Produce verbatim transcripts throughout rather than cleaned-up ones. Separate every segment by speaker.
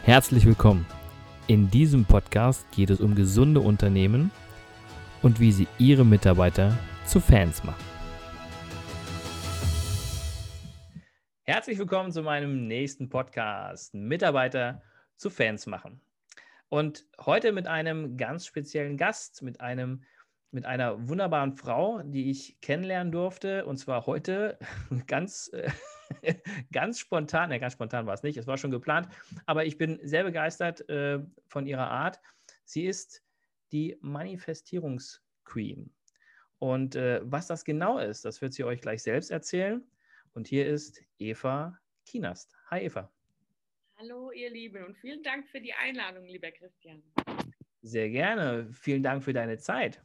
Speaker 1: Herzlich willkommen. In diesem Podcast geht es um gesunde Unternehmen und wie sie ihre Mitarbeiter zu Fans machen. Herzlich willkommen zu meinem nächsten Podcast, Mitarbeiter zu Fans machen. Und heute mit einem ganz speziellen Gast, mit einem mit einer wunderbaren Frau, die ich kennenlernen durfte, und zwar heute ganz, äh, ganz spontan, ne, ganz spontan war es nicht, es war schon geplant, aber ich bin sehr begeistert äh, von ihrer Art. Sie ist die Manifestierungsqueen. Und äh, was das genau ist, das wird sie euch gleich selbst erzählen. Und hier ist Eva Kienast. Hi Eva.
Speaker 2: Hallo ihr Lieben und vielen Dank für die Einladung, lieber Christian.
Speaker 1: Sehr gerne. Vielen Dank für deine Zeit.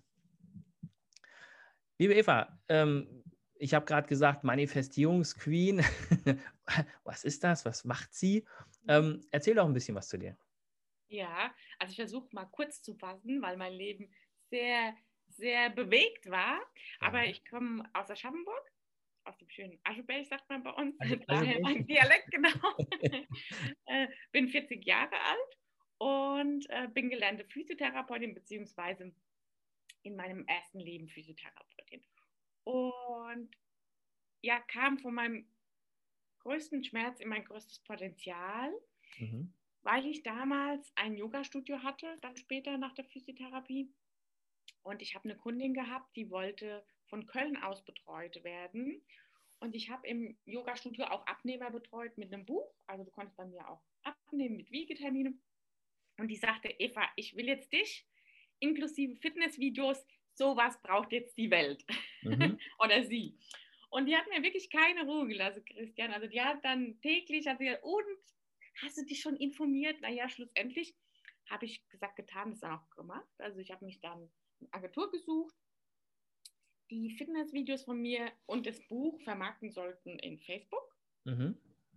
Speaker 1: Liebe Eva, ähm, ich habe gerade gesagt, Manifestierungsqueen. Was ist das? Was macht sie? Ähm, erzähl doch ein bisschen was zu dir.
Speaker 2: Ja, also ich versuche mal kurz zu fassen, weil mein Leben sehr, sehr bewegt war. Aber ich komme aus Aschaffenburg, aus dem schönen Ascheberg, sagt man bei uns.
Speaker 1: Also,
Speaker 2: Daher mein Dialekt, genau. äh, bin vierzig Jahre alt und äh, bin gelernte Physiotherapeutin, beziehungsweise in meinem ersten Leben Physiotherapeutin. Und ja, kam von meinem größten Schmerz in mein größtes Potenzial,
Speaker 1: mhm.
Speaker 2: weil ich damals ein Yoga-Studio hatte, dann später nach der Physiotherapie. Und ich habe eine Kundin gehabt, die wollte von Köln aus betreut werden. Und ich habe im Yoga-Studio auch Abnehmer betreut mit einem Buch. Also du konntest bei mir auch abnehmen mit Wiegeterminen. Und die sagte, Eva, ich will jetzt dich, inklusive Fitnessvideos, sowas braucht jetzt die Welt.
Speaker 1: Mhm.
Speaker 2: Oder sie. Und die hat mir wirklich keine Ruhe gelassen, Christian. Also die hat dann täglich, hat sie gesagt, und hast du dich schon informiert? Naja, schlussendlich habe ich gesagt, getan, das auch gemacht. Also ich habe mich dann eine Agentur gesucht, die Fitnessvideos von mir und das Buch vermarkten sollten in Facebook.
Speaker 1: Mhm.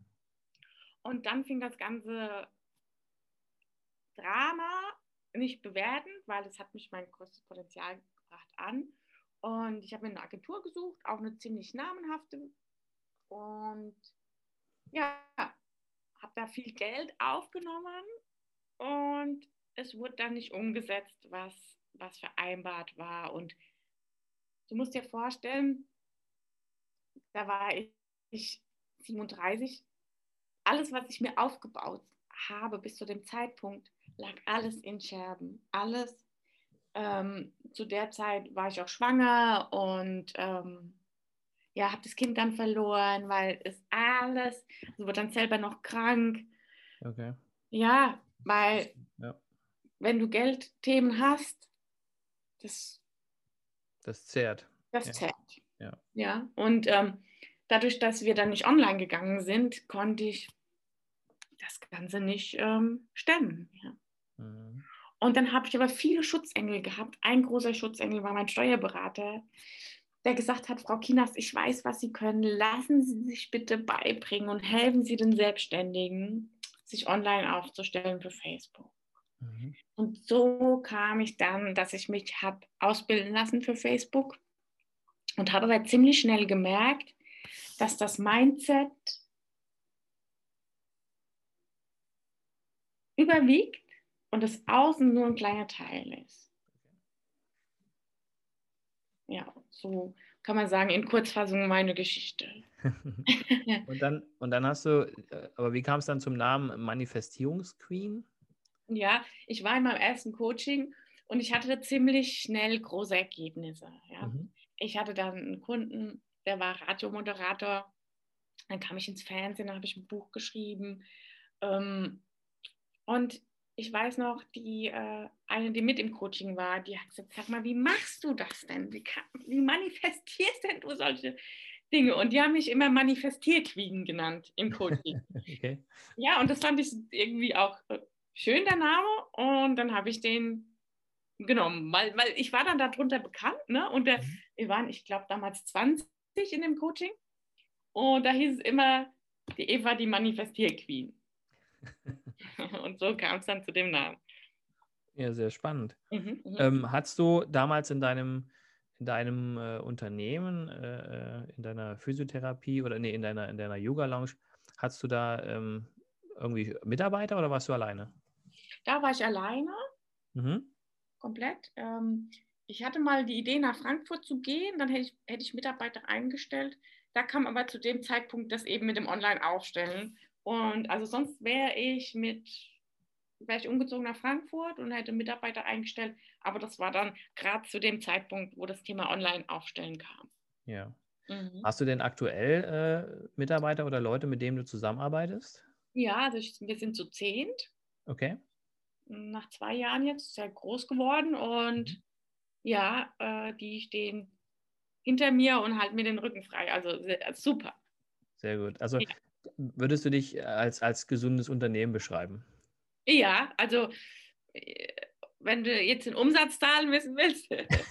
Speaker 2: Und dann fing das ganze Drama, nicht bewertend, weil es hat mich mein größtes Potenzial gebracht an. Und ich habe mir eine Agentur gesucht, auch eine ziemlich namenhafte. Und ja, habe da viel Geld aufgenommen und es wurde dann nicht umgesetzt, was, was vereinbart war. Und du musst dir vorstellen, da war ich siebenunddreißig. Alles, was ich mir aufgebaut habe bis zu dem Zeitpunkt, lag alles in Scherben. Alles. Ähm, zu der Zeit war ich auch schwanger und ähm, ja, habe das Kind dann verloren, weil es alles, also wurde dann selber noch krank.
Speaker 1: Okay.
Speaker 2: Ja, weil
Speaker 1: Ja.
Speaker 2: wenn du Geldthemen hast, das,
Speaker 1: Das zehrt.
Speaker 2: das
Speaker 1: Ja.
Speaker 2: zählt.
Speaker 1: Ja.
Speaker 2: Ja, und ähm, dadurch, dass wir dann nicht online gegangen sind, konnte ich das Ganze nicht ähm, stemmen. Ja.
Speaker 1: Mhm.
Speaker 2: Und dann habe ich aber viele Schutzengel gehabt. Ein großer Schutzengel war mein Steuerberater, der gesagt hat, Frau Kienast, ich weiß, was Sie können. Lassen Sie sich bitte beibringen und helfen Sie den Selbstständigen, sich online aufzustellen für Facebook.
Speaker 1: Mhm.
Speaker 2: Und so kam ich dann, dass ich mich habe ausbilden lassen für Facebook und habe aber ziemlich schnell gemerkt, dass das Mindset überwiegt und das Außen nur ein kleiner Teil ist. Ja, so kann man sagen, in Kurzfassung meine Geschichte.
Speaker 1: und, dann, und dann hast du, äh, aber wie kam es dann zum Namen Manifestierungsqueen?
Speaker 2: Ja, ich war in meinem ersten Coaching und ich hatte ziemlich schnell große Ergebnisse. Ja.
Speaker 1: Mhm.
Speaker 2: Ich hatte dann einen Kunden, der war Radiomoderator. Dann kam ich ins Fernsehen, dann habe ich ein Buch geschrieben. Ähm, und ich weiß noch, die äh, eine, die mit im Coaching war, die hat gesagt, sag mal, wie machst du das denn? Wie, kann, wie manifestierst denn du solche Dinge? Und die haben mich immer Manifestierqueen genannt im Coaching.
Speaker 1: Okay.
Speaker 2: Ja, und das fand ich irgendwie auch äh, schön, der Name. Und dann habe ich den genommen, weil, weil ich war dann darunter bekannt. Ne? Und der,
Speaker 1: Mhm.
Speaker 2: wir waren, ich glaube, damals zwanzig in dem Coaching. Und da hieß es immer, die Eva, die Manifestierqueen. Und so kam es dann zu dem Namen.
Speaker 1: Ja, sehr spannend.
Speaker 2: Mhm, mhm.
Speaker 1: Ähm, hattest du damals in deinem, in deinem äh, Unternehmen, äh, in deiner Physiotherapie oder nee, in deiner, in deiner Yoga-Lounge, hattest du da ähm, irgendwie Mitarbeiter oder warst du alleine?
Speaker 2: Da war ich alleine,
Speaker 1: Mhm.
Speaker 2: komplett. Ähm, ich hatte mal die Idee, nach Frankfurt zu gehen, dann hätte ich, hätte ich Mitarbeiter eingestellt. Da kam aber zu dem Zeitpunkt das eben mit dem Online-Aufstellen. Und also sonst wäre ich mit, wäre ich umgezogen nach Frankfurt und hätte Mitarbeiter eingestellt. Aber das war dann gerade zu dem Zeitpunkt, wo das Thema Online-Aufstellen kam.
Speaker 1: Ja.
Speaker 2: Mhm.
Speaker 1: Hast du denn aktuell äh, Mitarbeiter oder Leute, mit denen du zusammenarbeitest?
Speaker 2: Ja, also ich, wir sind zu zehnt.
Speaker 1: Okay.
Speaker 2: Nach zwei Jahren jetzt sehr groß geworden
Speaker 1: Mhm.
Speaker 2: und ja, äh, die stehen hinter mir und halten mir den Rücken frei. Also sehr, super.
Speaker 1: Sehr gut. Also
Speaker 2: Ja,
Speaker 1: würdest du dich als, als gesundes Unternehmen beschreiben?
Speaker 2: ja, also äh, wenn du jetzt den Umsatzzahlen wissen willst.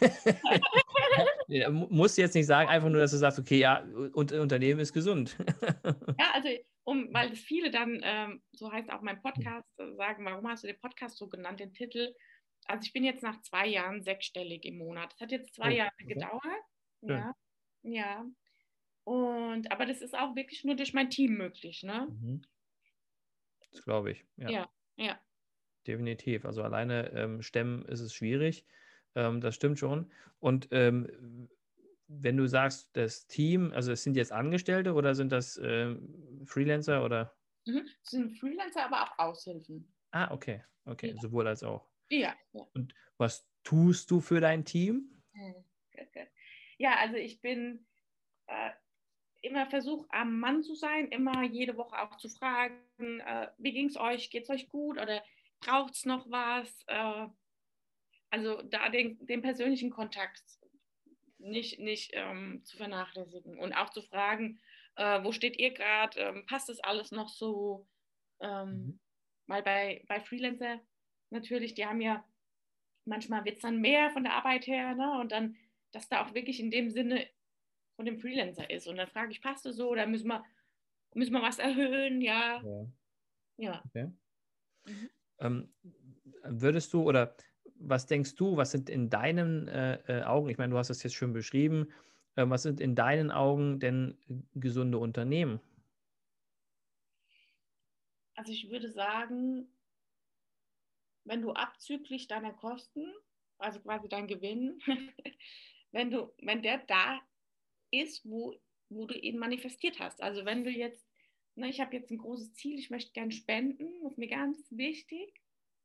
Speaker 1: Ja, mu- musst du jetzt nicht sagen, einfach nur, dass du sagst, okay, ja, und, Unternehmen ist gesund.
Speaker 2: Ja, also um, weil das viele dann, ähm, so heißt auch mein Podcast, äh, sagen, warum hast du den Podcast so genannt, den Titel? Also ich bin jetzt nach zwei Jahren sechsstellig im Monat. Das hat jetzt zwei
Speaker 1: Oh,
Speaker 2: Jahre
Speaker 1: okay.
Speaker 2: gedauert.
Speaker 1: Schön.
Speaker 2: Ja, ja. Und aber das ist auch wirklich nur durch mein Team möglich, ne?
Speaker 1: Mhm. Das glaube ich, ja,
Speaker 2: Ja, ja.
Speaker 1: definitiv. Also alleine ähm, stemmen ist es schwierig. Ähm, das stimmt schon. Und ähm, wenn du sagst, das Team, also es sind jetzt Angestellte oder sind das ähm, Freelancer oder?
Speaker 2: Mhm. Das sind Freelancer, aber auch Aushilfen.
Speaker 1: Ah, okay, okay,
Speaker 2: Ja,
Speaker 1: sowohl als auch.
Speaker 2: ja. Ja.
Speaker 1: Und was tust du für dein Team?
Speaker 2: Hm. Ja, also ich bin äh, immer versucht, am Mann zu sein, immer jede Woche auch zu fragen, äh, wie ging es euch, geht es euch gut oder braucht es noch was? Äh, also da den, den persönlichen Kontakt nicht, nicht ähm, zu vernachlässigen und auch zu fragen, äh, wo steht ihr gerade, ähm, passt das alles noch so?
Speaker 1: Mhm.
Speaker 2: Ähm, weil bei, bei Freelancer natürlich, die haben ja, manchmal wird es dann mehr von der Arbeit her, ne? Und dann, dass da auch wirklich in dem Sinne von dem Freelancer ist. Und dann frage ich, passt das so oder müssen wir, müssen wir was erhöhen? Ja,
Speaker 1: Ja,
Speaker 2: ja.
Speaker 1: okay.
Speaker 2: Mhm.
Speaker 1: Ähm, würdest du oder was denkst du, was sind in deinen äh, äh, Augen, ich meine, du hast das jetzt schon beschrieben, äh, was sind in deinen Augen denn gesunde Unternehmen?
Speaker 2: Also ich würde sagen, wenn du abzüglich deiner Kosten, also quasi dein Gewinn, wenn du, wenn der da ist, wo, wo du ihn manifestiert hast. Also wenn du jetzt, ne, ich habe jetzt ein großes Ziel, ich möchte gern spenden, das ist mir ganz wichtig,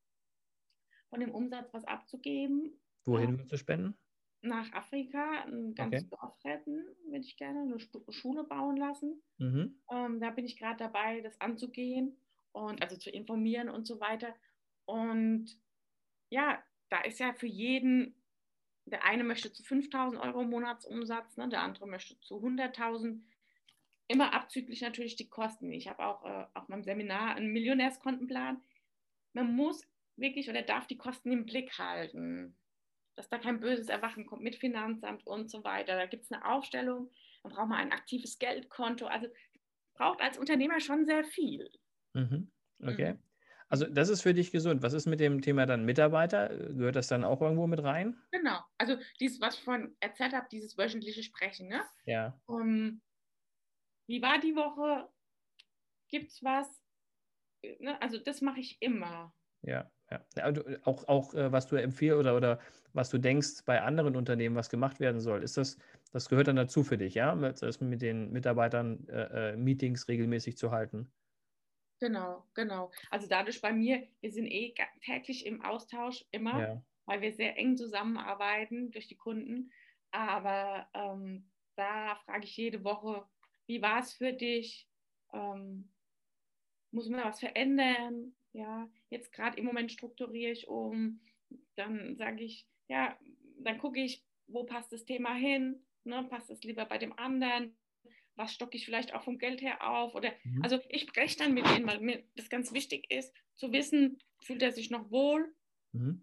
Speaker 2: von dem Umsatz was abzugeben. Äh,
Speaker 1: Wohin willst du spenden?
Speaker 2: nach Afrika, ein
Speaker 1: Okay.
Speaker 2: ganzes Dorf retten, würde ich gerne eine Schule bauen lassen.
Speaker 1: Mhm.
Speaker 2: Ähm, da bin ich gerade dabei, das anzugehen und also zu informieren und so weiter. Und ja, da ist ja für jeden, der eine möchte zu fünftausend Euro Monatsumsatz, ne, der andere möchte zu hunderttausend. Immer abzüglich natürlich die Kosten. Ich habe auch äh, auf meinem Seminar einen Millionärskontenplan. Man muss wirklich oder darf die Kosten im Blick halten, dass da kein böses Erwachen kommt mit Finanzamt und so weiter. Da gibt es eine Aufstellung, dann braucht man ein aktives Geldkonto. Also braucht als Unternehmer schon sehr viel.
Speaker 1: Mhm. Okay.
Speaker 2: Mhm.
Speaker 1: Also
Speaker 2: Mhm.
Speaker 1: das ist für dich gesund. Was ist mit dem Thema dann Mitarbeiter? Gehört das dann auch irgendwo mit rein?
Speaker 2: Genau. Also dieses, was ich vorhin erzählt habe, dieses wöchentliche Sprechen. Ne?
Speaker 1: Ja.
Speaker 2: Um, wie war die Woche? Gibt es was? Ne? Also das mache ich immer.
Speaker 1: Ja, ja. Ja, du, auch, auch äh, was du empfiehlst oder, oder was du denkst bei anderen Unternehmen, was gemacht werden soll, ist das, das gehört dann dazu für dich, ja? Mit, das mit den Mitarbeitern äh, äh, Meetings regelmäßig zu halten.
Speaker 2: Genau, genau. Also dadurch bei mir, wir sind eh ga- täglich im Austausch immer,
Speaker 1: Ja.
Speaker 2: weil wir sehr eng zusammenarbeiten durch die Kunden. Aber ähm, da frage ich jede Woche, wie war es für dich? Ähm, muss man was verändern? Ja, jetzt gerade im Moment strukturiere ich um. Dann sage ich, ja, dann gucke ich, wo passt das Thema hin? Ne? Passt es lieber bei dem anderen? Was stocke ich vielleicht auch vom Geld her auf? Oder
Speaker 1: Mhm.
Speaker 2: also ich spreche dann mit ihnen, weil mir das ganz wichtig ist, zu wissen, fühlt er sich noch wohl?
Speaker 1: Mhm.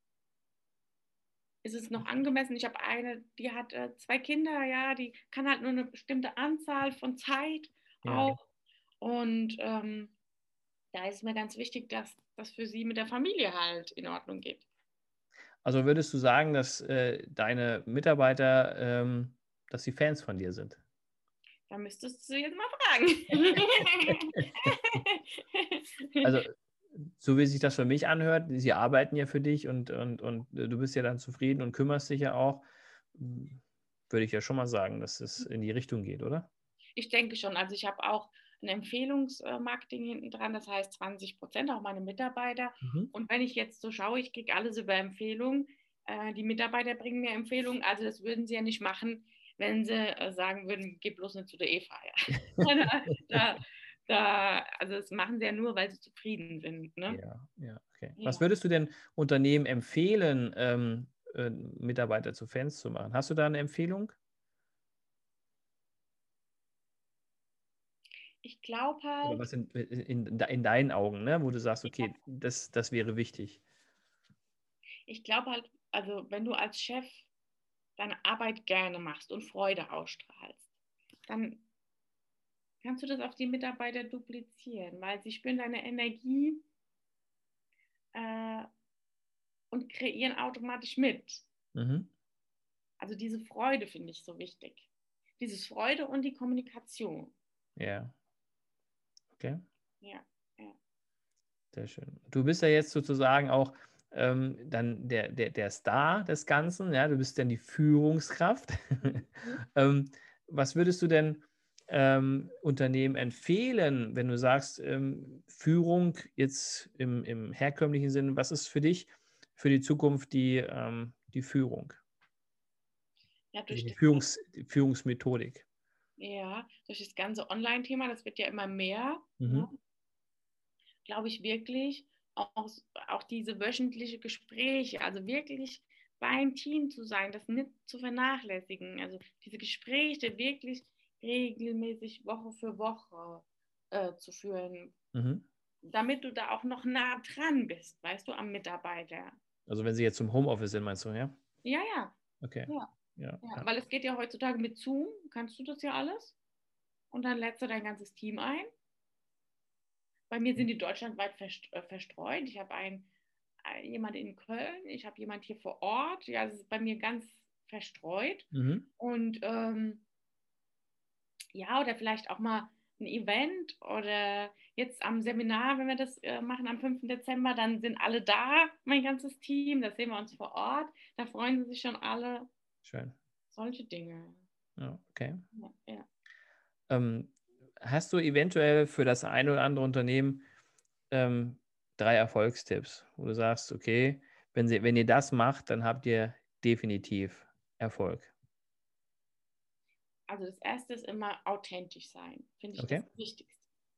Speaker 2: Ist es noch angemessen? Ich habe eine, die hat äh, zwei Kinder, ja, die kann halt nur eine bestimmte Anzahl von Zeit
Speaker 1: Ja.
Speaker 2: auch. Und ähm, da ist mir ganz wichtig, dass das für sie mit der Familie halt in Ordnung geht.
Speaker 1: Also würdest du sagen, dass äh, deine Mitarbeiter, ähm, dass sie Fans von dir sind?
Speaker 2: Da müsstest du jetzt mal fragen.
Speaker 1: Also, so wie sich das für mich anhört, sie arbeiten ja für dich und, und, und du bist ja dann zufrieden und kümmerst dich ja auch, würde ich ja schon mal sagen, dass es in die Richtung geht, oder?
Speaker 2: Ich denke schon. Also ich habe auch ein Empfehlungsmarketing hinten dran, das heißt zwanzig Prozent, auch meine Mitarbeiter.
Speaker 1: Mhm.
Speaker 2: Und wenn ich jetzt so schaue, ich kriege alles über Empfehlungen. Äh, die Mitarbeiter bringen mir Empfehlungen, also das würden sie ja nicht machen, wenn sie äh, sagen würden, geh bloß nicht zu der Eva. Ja. da, da, also das machen sie ja nur, weil sie zufrieden sind. Ne?
Speaker 1: Ja, ja, okay. Was
Speaker 2: Ja.
Speaker 1: würdest du denn Unternehmen empfehlen, ähm, äh, Mitarbeiter zu Fans zu machen? Hast du da eine Empfehlung?
Speaker 2: Ich glaube
Speaker 1: Oder
Speaker 2: halt,
Speaker 1: was in, in, in deinen Augen, ne? Wo du sagst,
Speaker 2: ja,
Speaker 1: okay, das, das wäre wichtig.
Speaker 2: ich glaube halt, also wenn du als Chef deine Arbeit gerne machst und Freude ausstrahlst, dann kannst du das auf die Mitarbeiter duplizieren, weil sie spüren deine Energie äh, und kreieren automatisch mit.
Speaker 1: Mhm.
Speaker 2: Also diese Freude finde ich so wichtig. Dieses Freude und die Kommunikation.
Speaker 1: Ja, okay.
Speaker 2: Ja, ja.
Speaker 1: Sehr schön. Du bist ja jetzt sozusagen auch ähm, dann der, der, der Star des Ganzen, ja, du bist dann die Führungskraft.
Speaker 2: Mhm.
Speaker 1: ähm, was würdest du denn ähm, Unternehmen empfehlen, wenn du sagst, ähm, Führung jetzt im, im herkömmlichen Sinn, was ist für dich für die Zukunft die, ähm, die Führung,
Speaker 2: Ja, durch
Speaker 1: die,
Speaker 2: das,
Speaker 1: Führungs, die Führungsmethodik?
Speaker 2: ja, durch das ganze Online-Thema, das wird ja immer mehr, ne?
Speaker 1: Mhm.
Speaker 2: Glaube ich wirklich, auch, auch diese wöchentliche Gespräche, also wirklich beim Team zu sein, das nicht zu vernachlässigen. Also diese Gespräche wirklich regelmäßig Woche für Woche äh, zu führen,
Speaker 1: Mhm.
Speaker 2: damit du da auch noch nah dran bist, weißt du, am Mitarbeiter.
Speaker 1: Also wenn sie jetzt zum Homeoffice sind, meinst du, ja?
Speaker 2: Ja, ja,
Speaker 1: Okay.
Speaker 2: ja,
Speaker 1: Ja,
Speaker 2: ja,
Speaker 1: ja.
Speaker 2: weil es geht ja heutzutage mit Zoom, kannst du das ja alles und dann lädst du dein ganzes Team ein. Bei mir sind die deutschlandweit äh, verstreut. Ich habe einen, äh, jemand in Köln, ich habe jemand hier vor Ort. Ja, es ist bei mir ganz verstreut.
Speaker 1: Mhm.
Speaker 2: Und ähm, ja, oder vielleicht auch mal ein Event oder jetzt am Seminar, wenn wir das äh, machen am fünften Dezember, dann sind alle da, mein ganzes Team. Da sehen wir uns vor Ort. Da freuen sie sich schon alle.
Speaker 1: Schön.
Speaker 2: Solche Dinge.
Speaker 1: Ja, okay.
Speaker 2: Ja, ja.
Speaker 1: Ähm, hast du eventuell für das ein oder andere Unternehmen ähm, drei Erfolgstipps, wo du sagst, okay, wenn, sie, wenn ihr das macht, dann habt ihr definitiv Erfolg.
Speaker 2: Also das Erste ist immer authentisch sein, finde ich
Speaker 1: Okay?
Speaker 2: das Wichtigste.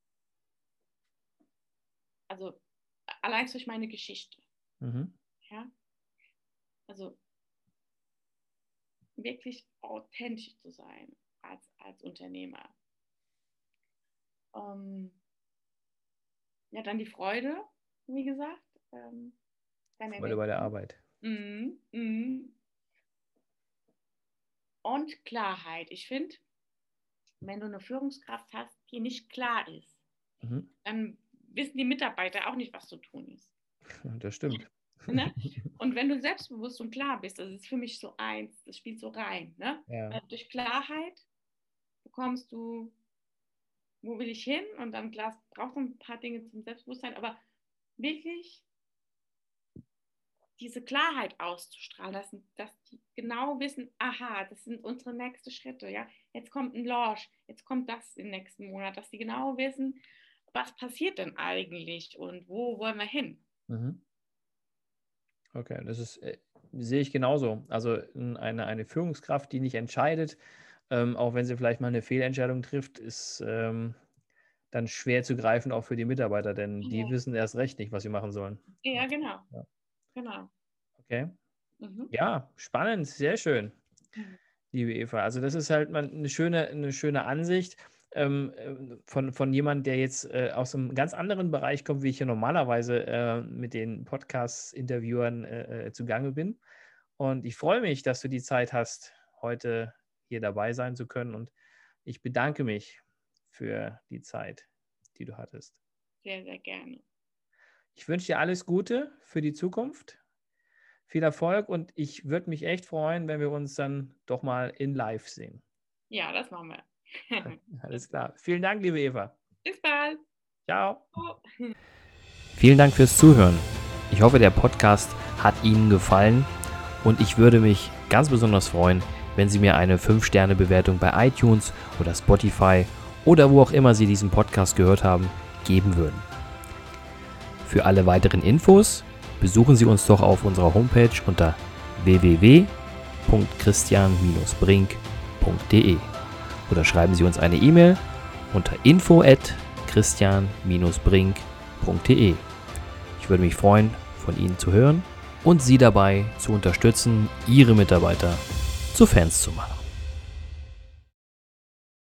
Speaker 2: Also allein durch meine Geschichte.
Speaker 1: Mhm.
Speaker 2: Ja? Also wirklich authentisch zu sein als, als Unternehmer. Ähm, ja, dann die Freude, wie gesagt. Ähm, dann
Speaker 1: Freude bei der
Speaker 2: Energie.
Speaker 1: Arbeit.
Speaker 2: Mm, mm. Und Klarheit. Ich finde, wenn du eine Führungskraft hast, die nicht klar ist,
Speaker 1: Mhm.
Speaker 2: dann wissen die Mitarbeiter auch nicht, was zu tun ist.
Speaker 1: Das stimmt.
Speaker 2: Ne? Und wenn du selbstbewusst und klar bist, das ist für mich so eins, das spielt so rein. Ne?
Speaker 1: Ja.
Speaker 2: Äh, durch Klarheit bekommst du, wo will ich hin? Und dann klar, brauchst du ein paar Dinge zum Selbstbewusstsein, aber wirklich diese Klarheit auszustrahlen, dass, dass die genau wissen, aha, das sind unsere nächsten Schritte, ja, jetzt kommt ein Launch, jetzt kommt das im nächsten Monat, dass die genau wissen, was passiert denn eigentlich und wo wollen wir hin?
Speaker 1: Mhm. Okay, das ist, äh, sehe ich genauso. Also n- eine, eine Führungskraft, die nicht entscheidet, ähm, auch wenn sie vielleicht mal eine Fehlentscheidung trifft, ist ähm, dann schwer zu greifen, auch für die Mitarbeiter, denn die
Speaker 2: Ja,
Speaker 1: wissen erst recht nicht, was sie machen sollen. Ja,
Speaker 2: ja genau,
Speaker 1: ja.
Speaker 2: genau.
Speaker 1: Okay.
Speaker 2: Mhm.
Speaker 1: Ja, spannend, sehr schön,
Speaker 2: Mhm.
Speaker 1: liebe Eva. Also das ist halt mal eine schöne, eine schöne Ansicht ähm, äh, von, von jemand, der jetzt äh, aus einem ganz anderen Bereich kommt, wie ich hier normalerweise äh, mit den Podcast-Interviewern äh, äh, zugange bin. Und ich freue mich, dass du die Zeit hast, heute hier dabei sein zu können. Und ich bedanke mich für die Zeit, die du hattest.
Speaker 2: Sehr, sehr gerne.
Speaker 1: Ich wünsche dir alles Gute für die Zukunft. Viel Erfolg und ich würde mich echt freuen, wenn wir uns dann doch mal in live sehen.
Speaker 2: Ja, das machen wir.
Speaker 1: Alles klar. Vielen Dank, liebe Eva.
Speaker 2: Bis bald.
Speaker 1: Ciao.
Speaker 2: Oh.
Speaker 3: Vielen Dank fürs Zuhören. Ich hoffe, der Podcast hat Ihnen gefallen und ich würde mich ganz besonders freuen, wenn Sie mir eine fünf Sterne Bewertung bei iTunes oder Spotify oder wo auch immer Sie diesen Podcast gehört haben, geben würden. Für alle weiteren Infos besuchen Sie uns doch auf unserer Homepage unter w w w punkt christian Bindestrich brink punkt d e oder schreiben Sie uns eine E-Mail unter info at christian Bindestrich brink punkt d e. Ich würde mich freuen, von Ihnen zu hören und Sie dabei zu unterstützen, Ihre Mitarbeiter zu Fans zu machen.